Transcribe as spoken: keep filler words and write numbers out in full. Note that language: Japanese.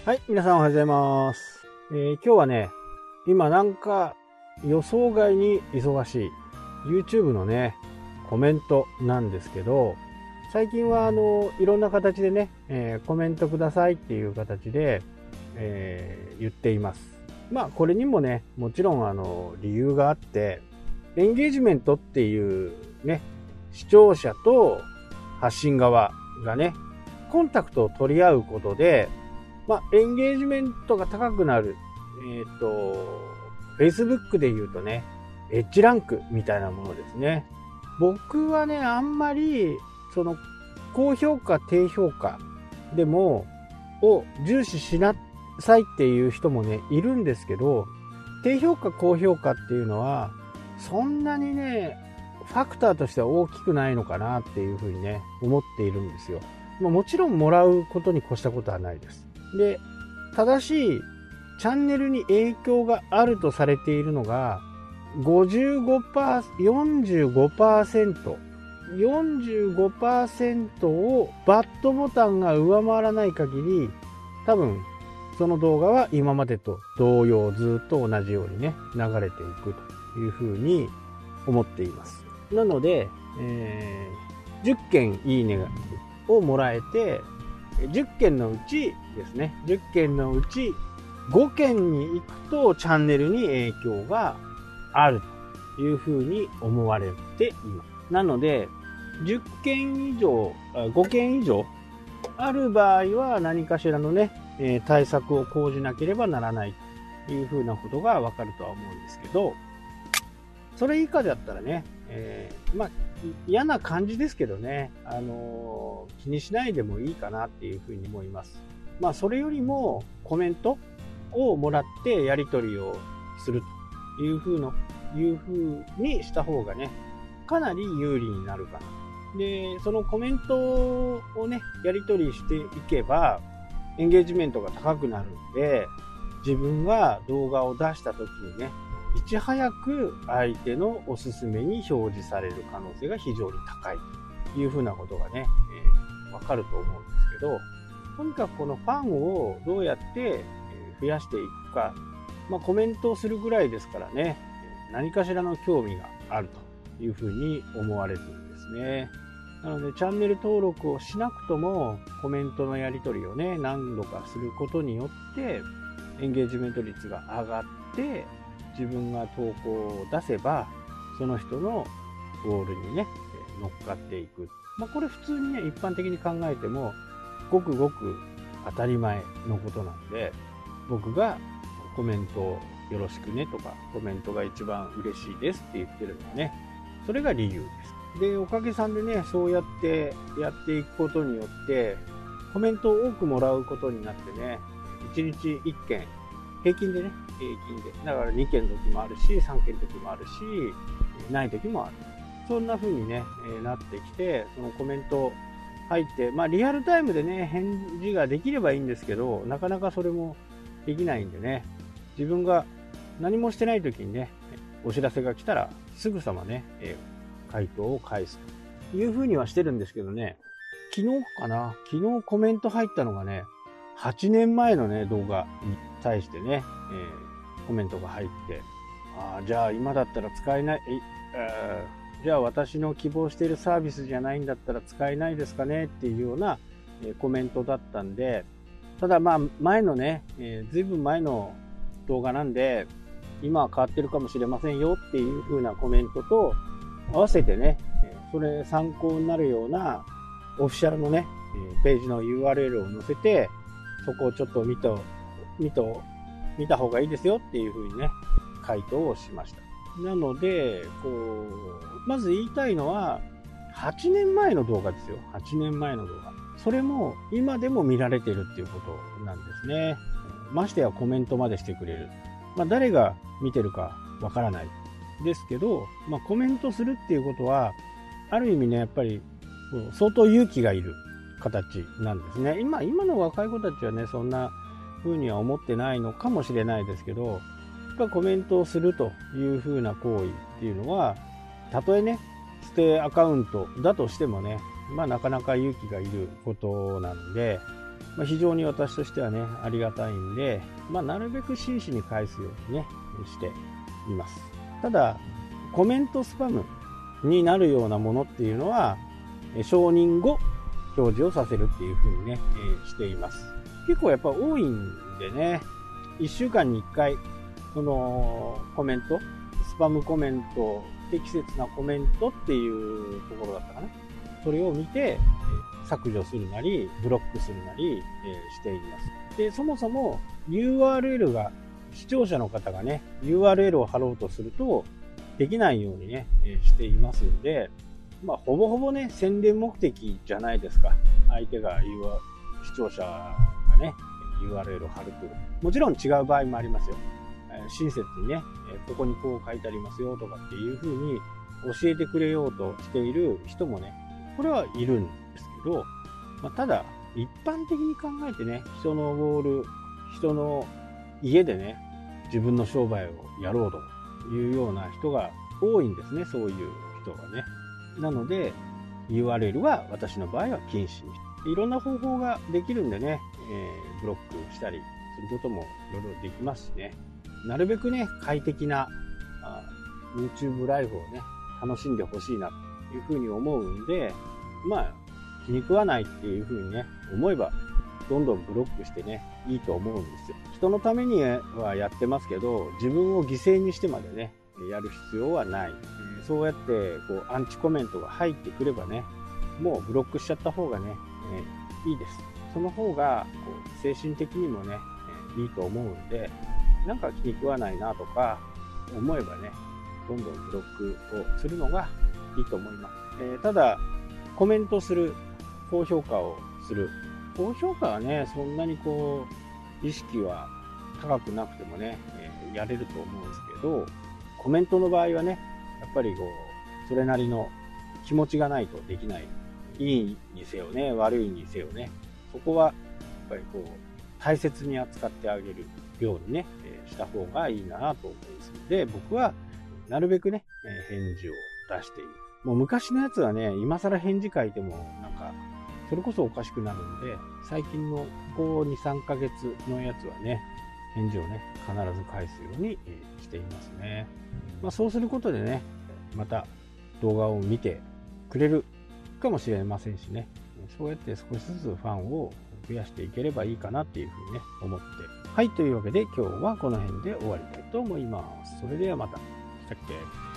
はい、皆さんおはようございます。えー、今日はね、今なんか予想外に忙しい YouTube のね、コメントなんですけど、最近はあのいろんな形でね、えー、コメントくださいっていう形で、えー、言っています。まあこれにもね、もちろんあの理由があって、エンゲージメントっていうね、視聴者と発信側がね、コンタクトを取り合うことで、まあ、エンゲージメントが高くなる。えっと、Facebook で言うとね、エッジランクみたいなものですね。僕はね、あんまり、その、高評価、低評価でも、を重視しなさいっていう人もね、いるんですけど、低評価、高評価っていうのは、そんなにね、ファクターとしては大きくないのかなっていうふうにね、思っているんですよ。まあ、もちろんもらうことに越したことはないです。で、正しいチャンネルに影響があるとされているのが ごじゅうごパーセント、よんじゅうごパーセント、よんじゅうごパーセントをバッドボタンが上回らない限り、多分その動画は今までと同様ずっと同じようにね流れていくというふうに思っています。なので、えー、じゅっけんいいねをもらえて、じゅっけんのうちですね、じゅっけんのうちごけんに行くとチャンネルに影響があるというふうに思われています。なので、じゅっけん以上、ごけん以上ある場合は何かしらのね、対策を講じなければならないというふうなことがわかるとは思うんですけど、それ以下だったらね、えー、まあ嫌な感じですけどね、あのー、気にしないでもいいかなっていうふうに思います。まあそれよりもコメントをもらってやり取りをするというふうのいうふうにした方がね、かなり有利になるかな。で、そのコメントをねやり取りしていけばエンゲージメントが高くなるんで、自分が動画を出した時にね、いち早く相手のおすすめに表示される可能性が非常に高いというふうなことがね、えー、わかると思うんですけど、とにかくこのファンをどうやって増やしていくか、まあ、コメントをするぐらいですからね、何かしらの興味があるというふうに思われるんですね。なのでチャンネル登録をしなくともコメントのやり取りをね何度かすることによってエンゲージメント率が上がって、自分が投稿を出せばその人のゴールにね乗っかっていく、まあ、これ普通にね一般的に考えてもごくごく当たり前のことなんで、僕がコメントをよろしくねとかコメントが一番嬉しいですって言ってるのはね、それが理由です。で、おかげさんでねそうやってやっていくことによってコメントを多くもらうことになってね、いちにちいっけん平均でね、平均で。だからにけんの時もあるし、さんけんの時もあるし、ない時もある。そんな風にね、えー、なってきて、そのコメント入って、まあリアルタイムでね、返事ができればいいんですけど、なかなかそれもできないんでね、自分が何もしてない時にね、お知らせが来たらすぐさまね、えー、回答を返すという風にはしてるんですけどね、昨日かな、昨日コメント入ったのがね、はちねんまえのね動画に対してね、えー、コメントが入って、あじゃあ今だったら使えない、えー、じゃあ私の希望しているサービスじゃないんだったら使えないですかねっていうような、えー、コメントだったんで、ただまあ前のね、えー、ずいぶん前の動画なんで今は変わってるかもしれませんよっていう風なコメントと合わせてね、それ参考になるようなオフィシャルのねページの ユーアールエル を載せて、そこをちょっと見と、見と、見た方がいいですよっていう風にね、回答をしました。なので、こう、まず言いたいのは、はちねんまえの動画ですよ。はちねんまえの動画。それも今でも見られてるっていうことなんですね。ましてやコメントまでしてくれる。まあ誰が見てるかわからないですけど、まあコメントするっていうことは、ある意味ね、やっぱり相当勇気がいる形なんですね。今、今の若い子たちはね、そんな風には思ってないのかもしれないですけど、やっぱコメントをするという風な行為っていうのは、たとえね、捨てアカウントだとしてもね、まあなかなか勇気がいることなんで、 まあ、非常に私としてはね、ありがたいんで、まあ、なるべく真摯に返すようにね、しています。ただ、コメントスパムになるようなものっていうのは、承認後、表示をさせるっていう風にね、えー、しています。結構やっぱ多いんでね、いっしゅうかんにいっかい、そのコメント、スパムコメント、適切なコメントっていうところだったかな。それを見て、削除するなり、ブロックするなり、えー、しています。で、そもそも ユーアールエル が、視聴者の方がね、ユーアールエル を貼ろうとすると、できないようにね、えー、していますんで、まあ、ほぼほぼね、宣伝目的じゃないですか。相手が ユーアール、視聴者がね、ユーアールエル を貼ると。もちろん違う場合もありますよ。えー、親切にね、ここにこう書いてありますよとかっていう風に教えてくれようとしている人もね、これはいるんですけど、まあ、ただ、一般的に考えてね、人のウォール、人の家でね、自分の商売をやろうというような人が多いんですね、そういう人がね。なので、ユーアールエル は私の場合は禁止にして、いろんな方法ができるんでね、えー、ブロックしたりすることもいろいろできますしね。なるべくね、快適なあ YouTube ライフをね、楽しんでほしいなというふうに思うんで、まあ、気に食わないっていうふうにね、思えば、どんどんブロックしてね、いいと思うんですよ。人のためにはやってますけど、自分を犠牲にしてまでね、やる必要はない。そうやってこうアンチコメントが入ってくればね、もうブロックしちゃった方がね、えー、いいです。その方がこう精神的にもね、えー、いいと思うんで、なんか気に食わないなとか思えばね、どんどんブロックをするのがいいと思います。えー、ただ、コメントする、高評価をする。高評価はね、そんなにこう、意識は高くなくてもね、えー、やれると思うんですけど、コメントの場合はね、やっぱりこう、それなりの気持ちがないとできない。いいにせよね、悪いにせよね。そこは、やっぱりこう、大切に扱ってあげるようにね、えー、した方がいいなと思いますので、僕は、なるべくね、えー、返事を出している。もう昔のやつはね、今更返事書いても、なんか、それこそおかしくなるんで、最近のこうに、さんかげつのやつはね、返事をね、必ず返すようにしていますね。まあ、そうすることでね、また動画を見てくれるかもしれませんしね、そうやって少しずつファンを増やしていければいいかなっていうふうにね、思って。はい、というわけで今日はこの辺で終わりたいと思います。それではまた。したっけ